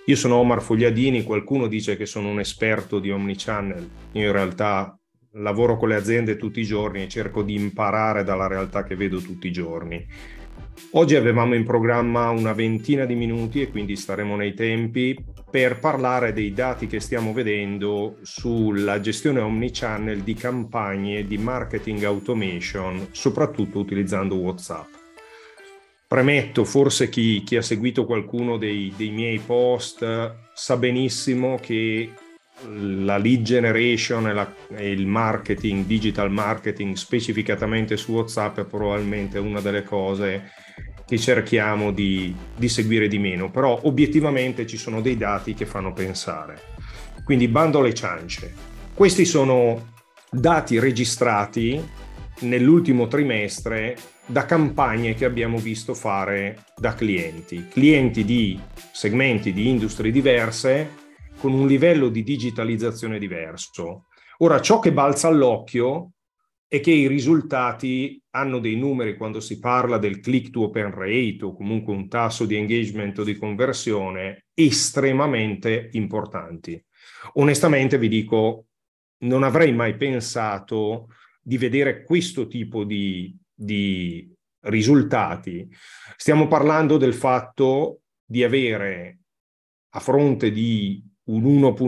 Io sono Omar Fogliadini, qualcuno dice che sono un esperto di omnichannel. Io in realtà lavoro con le aziende tutti i giorni e cerco di imparare dalla realtà che vedo tutti i giorni. Oggi avevamo in programma una ventina di minuti e quindi staremo nei tempi per parlare dei dati che stiamo vedendo sulla gestione omnichannel di campagne di marketing automation, soprattutto utilizzando WhatsApp. Premetto, forse chi ha seguito qualcuno dei miei post sa benissimo che la lead generation e il marketing, digital marketing specificatamente su WhatsApp è probabilmente una delle cose che cerchiamo di seguire di meno, però obiettivamente ci sono dei dati che fanno pensare. Quindi bando alle ciance. Questi sono dati registrati nell'ultimo trimestre da campagne che abbiamo visto fare da clienti di segmenti di industrie diverse con un livello di digitalizzazione diverso. Ora, ciò che balza all'occhio è che i risultati hanno dei numeri quando si parla del click to open rate o comunque un tasso di engagement o di conversione estremamente importanti. Onestamente vi dico, non avrei mai pensato di vedere questo tipo di risultati. Stiamo parlando del fatto di avere a fronte di un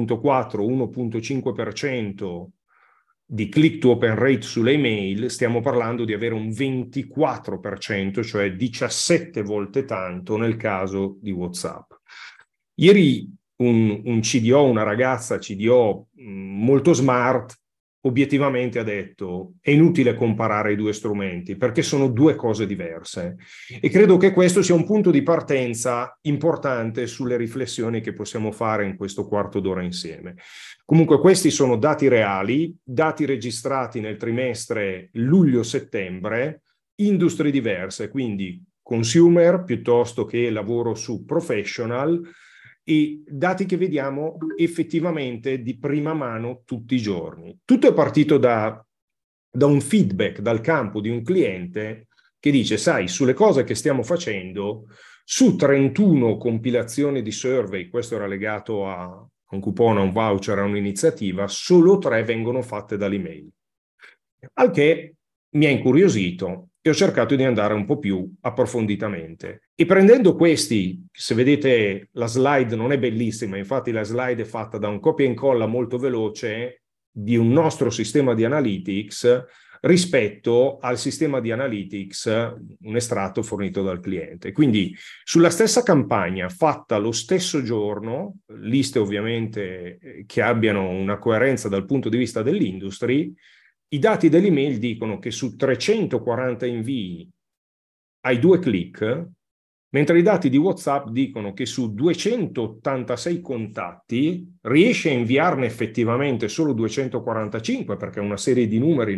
1,4-1,5% di click to open rate sulle email, stiamo parlando di avere un 24%, cioè 17 volte tanto nel caso di WhatsApp. Ieri un CDO, una ragazza CDO molto smart, obiettivamente ha detto è inutile comparare i due strumenti perché sono due cose diverse e credo che questo sia un punto di partenza importante sulle riflessioni che possiamo fare in questo quarto d'ora insieme. Comunque questi sono dati reali, dati registrati nel trimestre luglio-settembre, industrie diverse, quindi consumer piuttosto che lavoro su professional, e dati che vediamo effettivamente di prima mano tutti i giorni. Tutto è partito da un feedback dal campo di un cliente che dice, sai, sulle cose che stiamo facendo, su 31 compilazioni di survey, questo era legato a un coupon, a un voucher, a un'iniziativa, solo 3 vengono fatte dall'email. Al che mi ha incuriosito e ho cercato di andare un po' più approfonditamente. E prendendo questi, se vedete la slide non è bellissima, infatti la slide è fatta da un copia e incolla molto veloce di un nostro sistema di analytics rispetto al sistema di analytics, un estratto fornito dal cliente. Quindi sulla stessa campagna fatta lo stesso giorno, liste ovviamente che abbiano una coerenza dal punto di vista dell'industry, i dati dell'email dicono che su 340 invii hai 2 click, mentre i dati di WhatsApp dicono che su 286 contatti riesce a inviarne effettivamente solo 245 perché una serie di numeri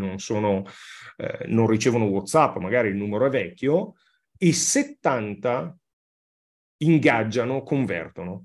non ricevono WhatsApp, magari il numero è vecchio, e 70 ingaggiano, convertono.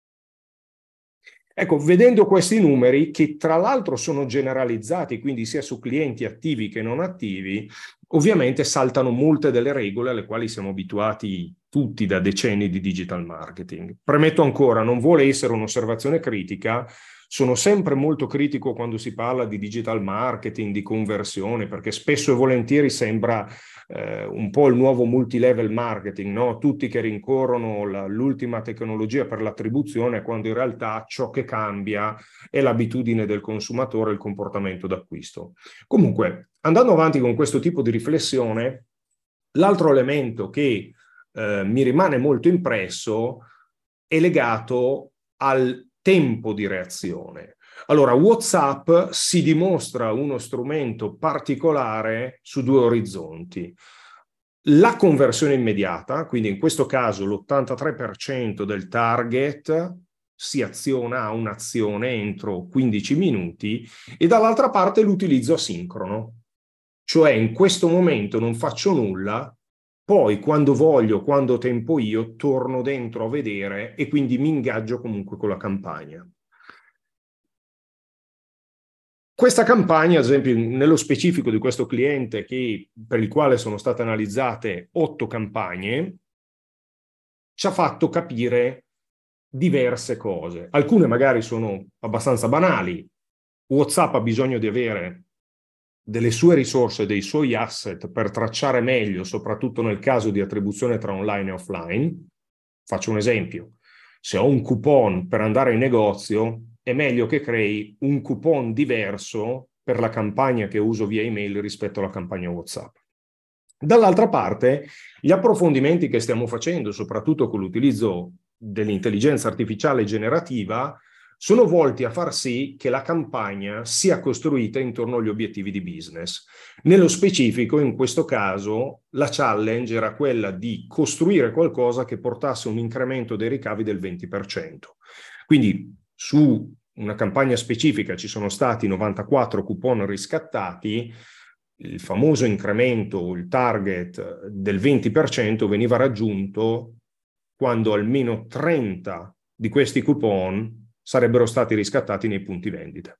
Ecco, vedendo questi numeri, che tra l'altro sono generalizzati, quindi sia su clienti attivi che non attivi, ovviamente saltano molte delle regole alle quali siamo abituati tutti da decenni di digital marketing. Premetto ancora, non vuole essere un'osservazione critica, sono sempre molto critico quando si parla di digital marketing, di conversione, perché spesso e volentieri sembra un po' il nuovo multilevel marketing, no? Tutti che rincorrono l'ultima tecnologia per l'attribuzione, quando in realtà ciò che cambia è l'abitudine del consumatore, il comportamento d'acquisto. Comunque, andando avanti con questo tipo di riflessione, l'altro elemento che mi rimane molto impresso è legato al tempo di reazione. Allora, WhatsApp si dimostra uno strumento particolare su due orizzonti. La conversione immediata, quindi in questo caso l'83% del target si aziona a un'azione entro 15 minuti e dall'altra parte l'utilizzo asincrono, cioè in questo momento non faccio nulla, poi quando voglio, quando ho tempo io, torno dentro a vedere e quindi mi ingaggio comunque con la campagna. Questa campagna, ad esempio, nello specifico di questo cliente per il quale sono state analizzate 8 campagne, ci ha fatto capire diverse cose. Alcune magari sono abbastanza banali. WhatsApp ha bisogno di avere delle sue risorse, dei suoi asset per tracciare meglio, soprattutto nel caso di attribuzione tra online e offline. Faccio un esempio. Se ho un coupon per andare in negozio, è meglio che crei un coupon diverso per la campagna che uso via email rispetto alla campagna WhatsApp. Dall'altra parte, gli approfondimenti che stiamo facendo, soprattutto con l'utilizzo dell'intelligenza artificiale generativa, sono volti a far sì che la campagna sia costruita intorno agli obiettivi di business. Nello specifico, in questo caso, la challenge era quella di costruire qualcosa che portasse un incremento dei ricavi del 20%. Quindi su una campagna specifica ci sono stati 94 coupon riscattati, il famoso incremento, il target del 20% veniva raggiunto quando almeno 30 di questi coupon sarebbero stati riscattati nei punti vendita.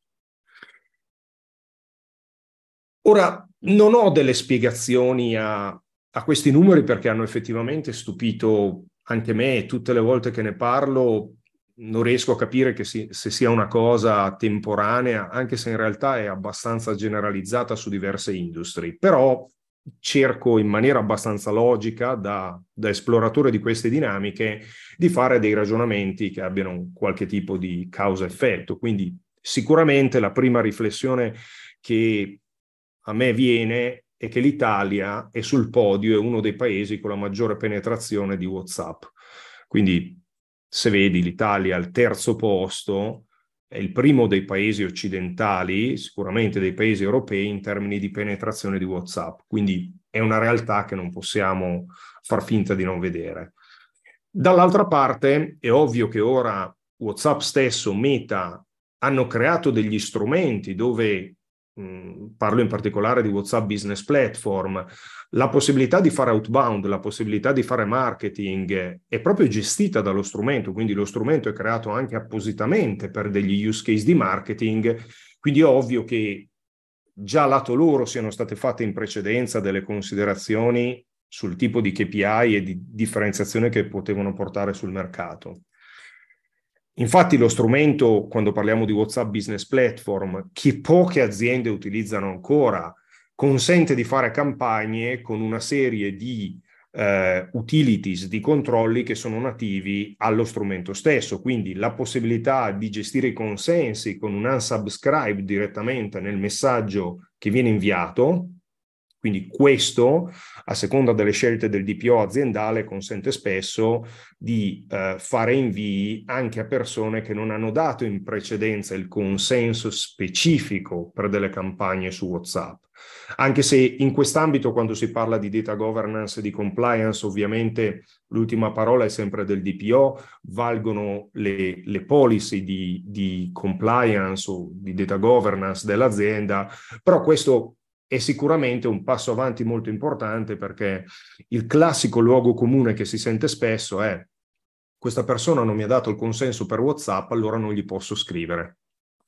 Ora, non ho delle spiegazioni a questi numeri perché hanno effettivamente stupito anche me e tutte le volte che ne parlo non riesco a capire che se sia una cosa temporanea, anche se in realtà è abbastanza generalizzata su diverse industrie. Però cerco in maniera abbastanza logica, da esploratore di queste dinamiche, di fare dei ragionamenti che abbiano qualche tipo di causa-effetto. Quindi sicuramente la prima riflessione che a me viene è che l'Italia è sul podio, è uno dei paesi con la maggiore penetrazione di WhatsApp. Quindi se vedi l'Italia al terzo posto, è il primo dei paesi occidentali, sicuramente dei paesi europei in termini di penetrazione di WhatsApp. Quindi è una realtà che non possiamo far finta di non vedere. Dall'altra parte è ovvio che ora WhatsApp stesso, Meta, hanno creato degli strumenti dove, parlo in particolare di WhatsApp Business Platform, la possibilità di fare outbound, la possibilità di fare marketing è proprio gestita dallo strumento, quindi lo strumento è creato anche appositamente per degli use case di marketing, quindi è ovvio che già lato loro siano state fatte in precedenza delle considerazioni sul tipo di KPI e di differenziazione che potevano portare sul mercato. Infatti lo strumento, quando parliamo di WhatsApp Business Platform, che poche aziende utilizzano ancora, consente di fare campagne con una serie di utilities, di controlli che sono nativi allo strumento stesso. Quindi la possibilità di gestire i consensi con un unsubscribe direttamente nel messaggio che viene inviato. Quindi questo, a seconda delle scelte del DPO aziendale, consente spesso di fare invii anche a persone che non hanno dato in precedenza il consenso specifico per delle campagne su WhatsApp. Anche se in quest'ambito, quando si parla di data governance e di compliance, ovviamente l'ultima parola è sempre del DPO, valgono le policy di compliance o di data governance dell'azienda, però questo è sicuramente un passo avanti molto importante, perché il classico luogo comune che si sente spesso è: questa persona non mi ha dato il consenso per WhatsApp, allora non gli posso scrivere.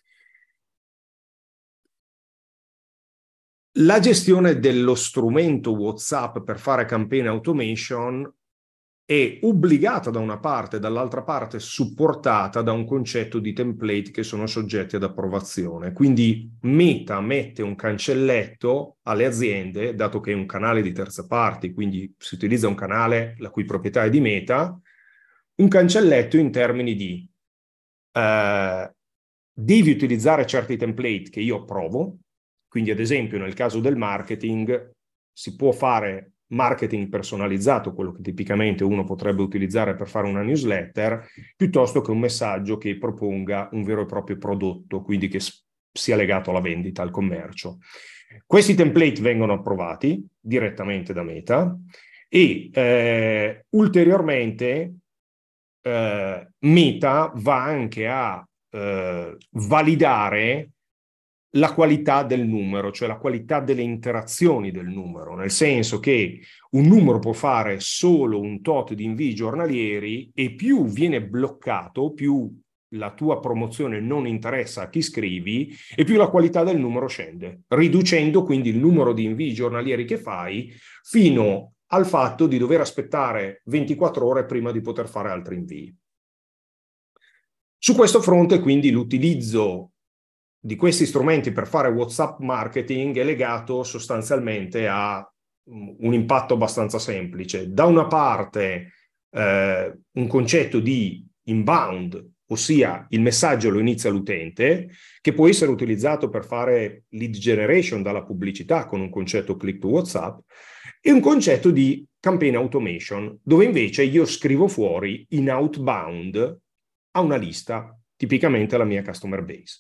La gestione dello strumento WhatsApp per fare campaign automation è obbligata da una parte, dall'altra parte supportata da un concetto di template che sono soggetti ad approvazione. Quindi Meta mette un cancelletto alle aziende, dato che è un canale di terze parti, quindi si utilizza un canale la cui proprietà è di Meta, un cancelletto in termini di devi utilizzare certi template che io approvo. Quindi ad esempio nel caso del marketing si può fare marketing personalizzato, quello che tipicamente uno potrebbe utilizzare per fare una newsletter, piuttosto che un messaggio che proponga un vero e proprio prodotto, quindi che sia legato alla vendita, al commercio. Questi template vengono approvati direttamente da Meta e ulteriormente Meta va anche a validare la qualità del numero, cioè la qualità delle interazioni del numero, nel senso che un numero può fare solo un tot di invii giornalieri e più viene bloccato, più la tua promozione non interessa a chi scrivi e più la qualità del numero scende, riducendo quindi il numero di invii giornalieri che fai fino al fatto di dover aspettare 24 ore prima di poter fare altri invii. Su questo fronte, quindi, l'utilizzo di questi strumenti per fare WhatsApp marketing è legato sostanzialmente a un impatto abbastanza semplice. Da una parte un concetto di inbound, ossia il messaggio lo inizia l'utente, che può essere utilizzato per fare lead generation dalla pubblicità con un concetto click to WhatsApp, e un concetto di campaign automation, dove invece io scrivo fuori in outbound a una lista, tipicamente la mia customer base.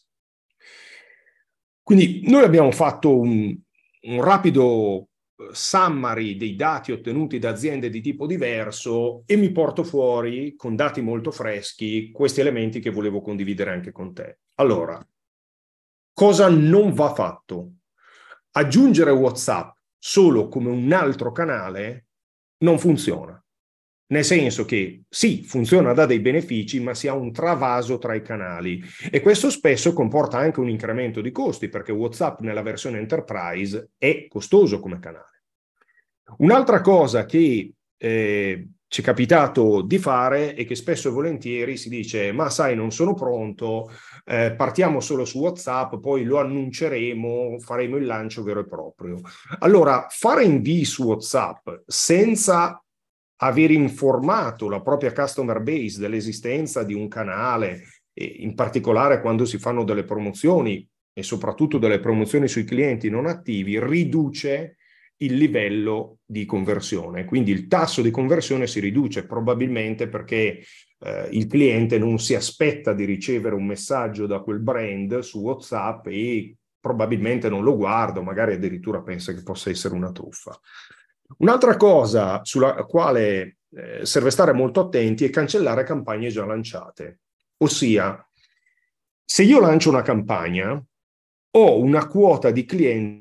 Quindi noi abbiamo fatto un rapido summary dei dati ottenuti da aziende di tipo diverso e mi porto fuori, con dati molto freschi, questi elementi che volevo condividere anche con te. Allora, cosa non va fatto? Aggiungere WhatsApp solo come un altro canale non funziona. Nel senso che sì, funziona, dà dei benefici, ma si ha un travaso tra i canali e questo spesso comporta anche un incremento di costi perché WhatsApp nella versione Enterprise è costoso come canale. Un'altra cosa che ci è capitato di fare è che spesso e volentieri si dice ma sai non sono pronto, partiamo solo su WhatsApp, poi lo annunceremo, faremo il lancio vero e proprio. Allora, fare invii su WhatsApp senza aver informato la propria customer base dell'esistenza di un canale, e in particolare quando si fanno delle promozioni e soprattutto delle promozioni sui clienti non attivi, riduce il livello di conversione. Quindi il tasso di conversione si riduce probabilmente perché il cliente non si aspetta di ricevere un messaggio da quel brand su WhatsApp e probabilmente non lo guarda, magari addirittura pensa che possa essere una truffa. Un'altra cosa sulla quale serve stare molto attenti è cancellare campagne già lanciate. Ossia, se io lancio una campagna, ho una quota di clienti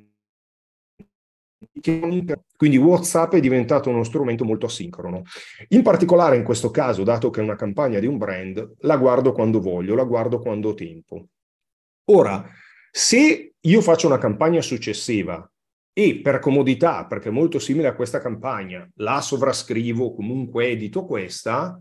quindi WhatsApp è diventato uno strumento molto asincrono. In particolare in questo caso, dato che è una campagna di un brand, la guardo quando voglio, la guardo quando ho tempo. Ora, se io faccio una campagna successiva e per comodità, perché è molto simile a questa campagna, la sovrascrivo, comunque edito questa,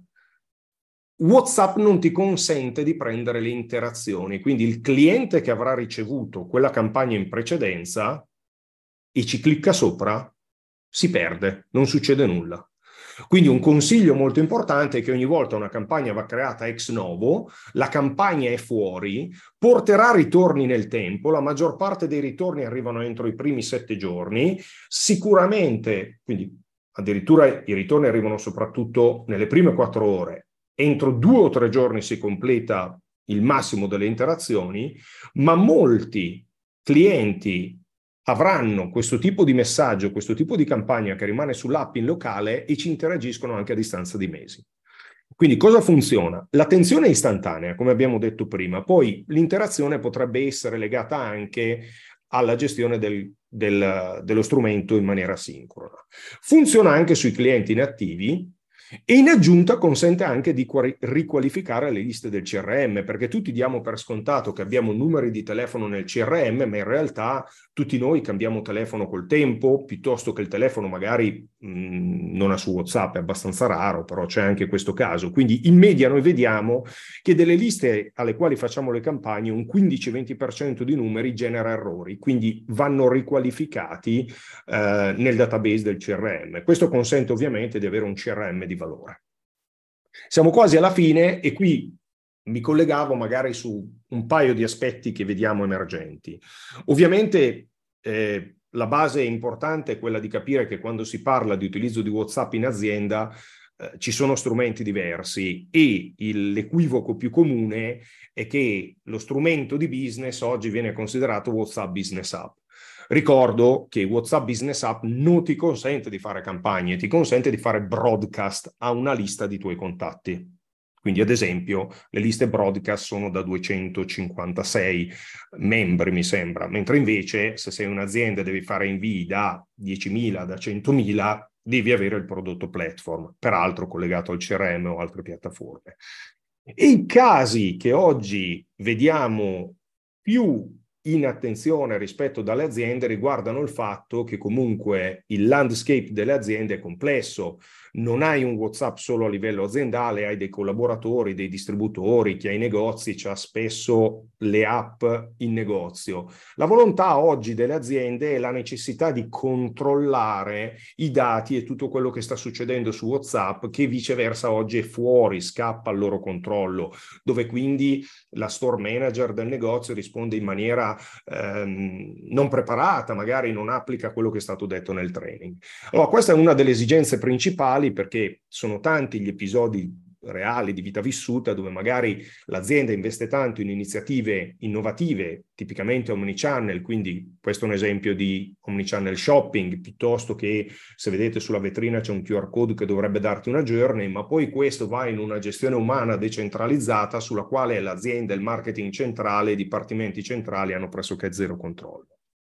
WhatsApp non ti consente di prendere le interazioni. Quindi il cliente che avrà ricevuto quella campagna in precedenza e ci clicca sopra, si perde, non succede nulla. Quindi un consiglio molto importante è che ogni volta una campagna va creata ex novo, la campagna è fuori, porterà ritorni nel tempo, la maggior parte dei ritorni arrivano entro i primi 7 giorni, sicuramente, quindi addirittura i ritorni arrivano soprattutto nelle prime 4 ore, entro 2 o 3 giorni si completa il massimo delle interazioni, ma molti clienti avranno questo tipo di messaggio, questo tipo di campagna che rimane sull'app in locale e ci interagiscono anche a distanza di mesi. Quindi cosa funziona? L'attenzione è istantanea, come abbiamo detto prima, poi l'interazione potrebbe essere legata anche alla gestione dello strumento in maniera sincrona. Funziona anche sui clienti inattivi, e in aggiunta consente anche di riqualificare le liste del CRM, perché tutti diamo per scontato che abbiamo numeri di telefono nel CRM, ma in realtà tutti noi cambiamo telefono col tempo, piuttosto che il telefono magari non ha su WhatsApp, è abbastanza raro, però c'è anche questo caso. Quindi in media noi vediamo che delle liste alle quali facciamo le campagne un 15-20% di numeri genera errori, quindi vanno riqualificati nel database del CRM. Questo consente ovviamente di avere un CRM di valore. Siamo quasi alla fine e qui mi collegavo magari su un paio di aspetti che vediamo emergenti. Ovviamente la base importante è quella di capire che quando si parla di utilizzo di WhatsApp in azienda ci sono strumenti diversi e l'equivoco più comune è che lo strumento di business oggi viene considerato WhatsApp Business App. Ricordo che WhatsApp Business App non ti consente di fare campagne, ti consente di fare broadcast a una lista di tuoi contatti. Quindi, ad esempio, le liste broadcast sono da 256 membri, mi sembra, mentre invece se sei un'azienda e devi fare invii da 10.000, da 100.000, devi avere il prodotto platform, peraltro collegato al CRM o altre piattaforme. E i casi che oggi vediamo più in attenzione rispetto dalle aziende riguardano il fatto che comunque il landscape delle aziende è complesso. non hai un WhatsApp solo a livello aziendale, hai dei collaboratori, dei distributori, chi ha i negozi, c'ha spesso le app in negozio. La volontà oggi delle aziende è la necessità di controllare i dati e tutto quello che sta succedendo su WhatsApp, che viceversa oggi è fuori, scappa al loro controllo, dove quindi la store manager del negozio risponde in maniera non preparata, magari non applica quello che è stato detto nel training. Allora, questa è una delle esigenze principali, perché sono tanti gli episodi reali di vita vissuta dove magari l'azienda investe tanto in iniziative innovative, tipicamente omnichannel, quindi questo è un esempio di omnichannel shopping, piuttosto che se vedete sulla vetrina c'è un QR code che dovrebbe darti una journey, ma poi questo va in una gestione umana decentralizzata sulla quale l'azienda, il marketing centrale, i dipartimenti centrali hanno pressoché zero controllo.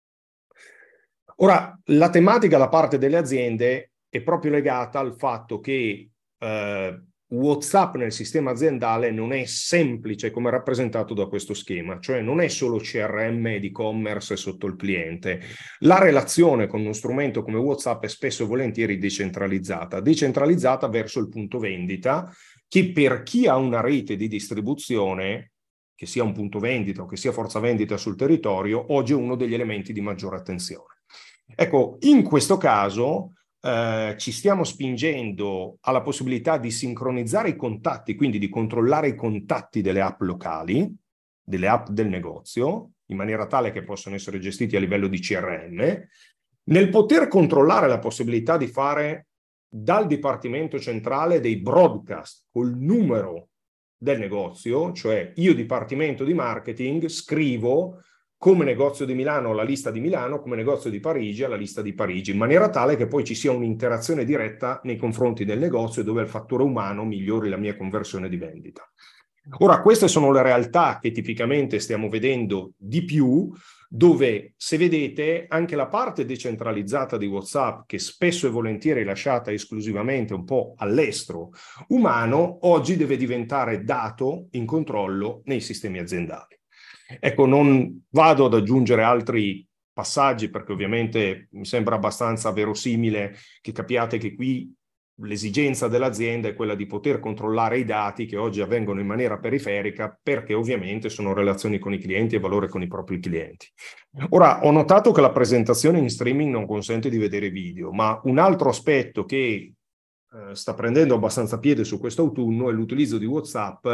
Ora, la tematica da parte delle aziende è proprio legata al fatto che WhatsApp nel sistema aziendale non è semplice come rappresentato da questo schema, cioè non è solo CRM ed e-commerce sotto il cliente. La relazione con uno strumento come WhatsApp è spesso e volentieri decentralizzata verso il punto vendita, che per chi ha una rete di distribuzione, che sia un punto vendita o che sia forza vendita sul territorio, oggi è uno degli elementi di maggiore attenzione. Ecco, in questo caso ci stiamo spingendo alla possibilità di sincronizzare i contatti, quindi di controllare i contatti delle app locali, delle app del negozio, in maniera tale che possano essere gestiti a livello di CRM, nel poter controllare la possibilità di fare dal dipartimento centrale dei broadcast col numero del negozio, cioè io dipartimento di marketing scrivo come negozio di Milano la lista di Milano, come negozio di Parigi la lista di Parigi, in maniera tale che poi ci sia un'interazione diretta nei confronti del negozio dove il fattore umano migliori la mia conversione di vendita. Ora, queste sono le realtà che tipicamente stiamo vedendo di più, dove, se vedete, anche la parte decentralizzata di WhatsApp, che spesso e volentieri è lasciata esclusivamente un po' all'estero umano, oggi deve diventare dato in controllo nei sistemi aziendali. Ecco, non vado ad aggiungere altri passaggi perché ovviamente mi sembra abbastanza verosimile che capiate che qui l'esigenza dell'azienda è quella di poter controllare i dati che oggi avvengono in maniera periferica, perché ovviamente sono relazioni con i clienti e valore con i propri clienti. Ora, ho notato che la presentazione in streaming non consente di vedere video, ma un altro aspetto che sta prendendo abbastanza piede su questo autunno è l'utilizzo di WhatsApp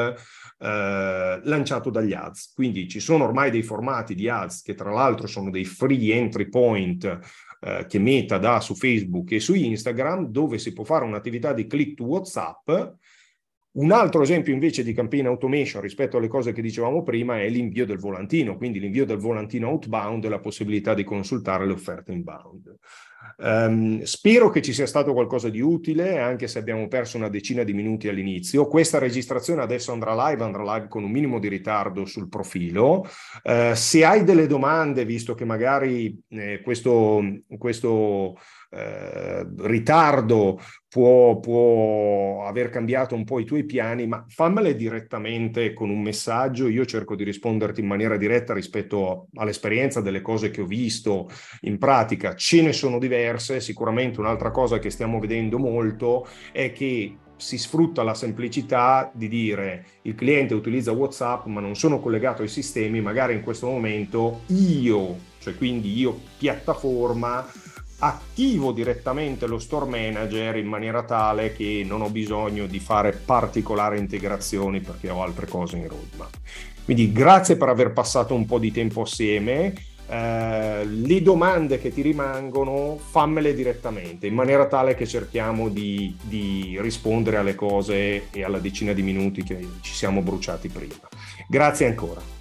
lanciato dagli ads. Quindi ci sono ormai dei formati di ads che tra l'altro sono dei free entry point che Meta dà su Facebook e su Instagram, dove si può fare un'attività di click to WhatsApp. Un altro esempio invece di campaign automation rispetto alle cose che dicevamo prima è l'invio del volantino, quindi l'invio del volantino outbound e la possibilità di consultare le offerte inbound. Spero che ci sia stato qualcosa di utile, anche se abbiamo perso una decina di minuti all'inizio. Questa registrazione adesso andrà live con un minimo di ritardo sul profilo. Se hai delle domande, visto che magari questo ritardo può aver cambiato un po' i tuoi piani, ma fammele direttamente con un messaggio. Io cerco di risponderti in maniera diretta rispetto all'esperienza delle cose che ho visto in pratica. Ce ne sono diverse. Sicuramente un'altra cosa che stiamo vedendo molto è che si sfrutta la semplicità di dire il cliente utilizza WhatsApp ma non sono collegato ai sistemi, magari in questo momento cioè quindi io piattaforma, attivo direttamente lo store manager in maniera tale che non ho bisogno di fare particolari integrazioni perché ho altre cose in roadmap. Quindi grazie per aver passato un po' di tempo assieme. Le domande che ti rimangono fammele direttamente in maniera tale che cerchiamo di rispondere alle cose e alla decina di minuti che ci siamo bruciati prima. Grazie ancora.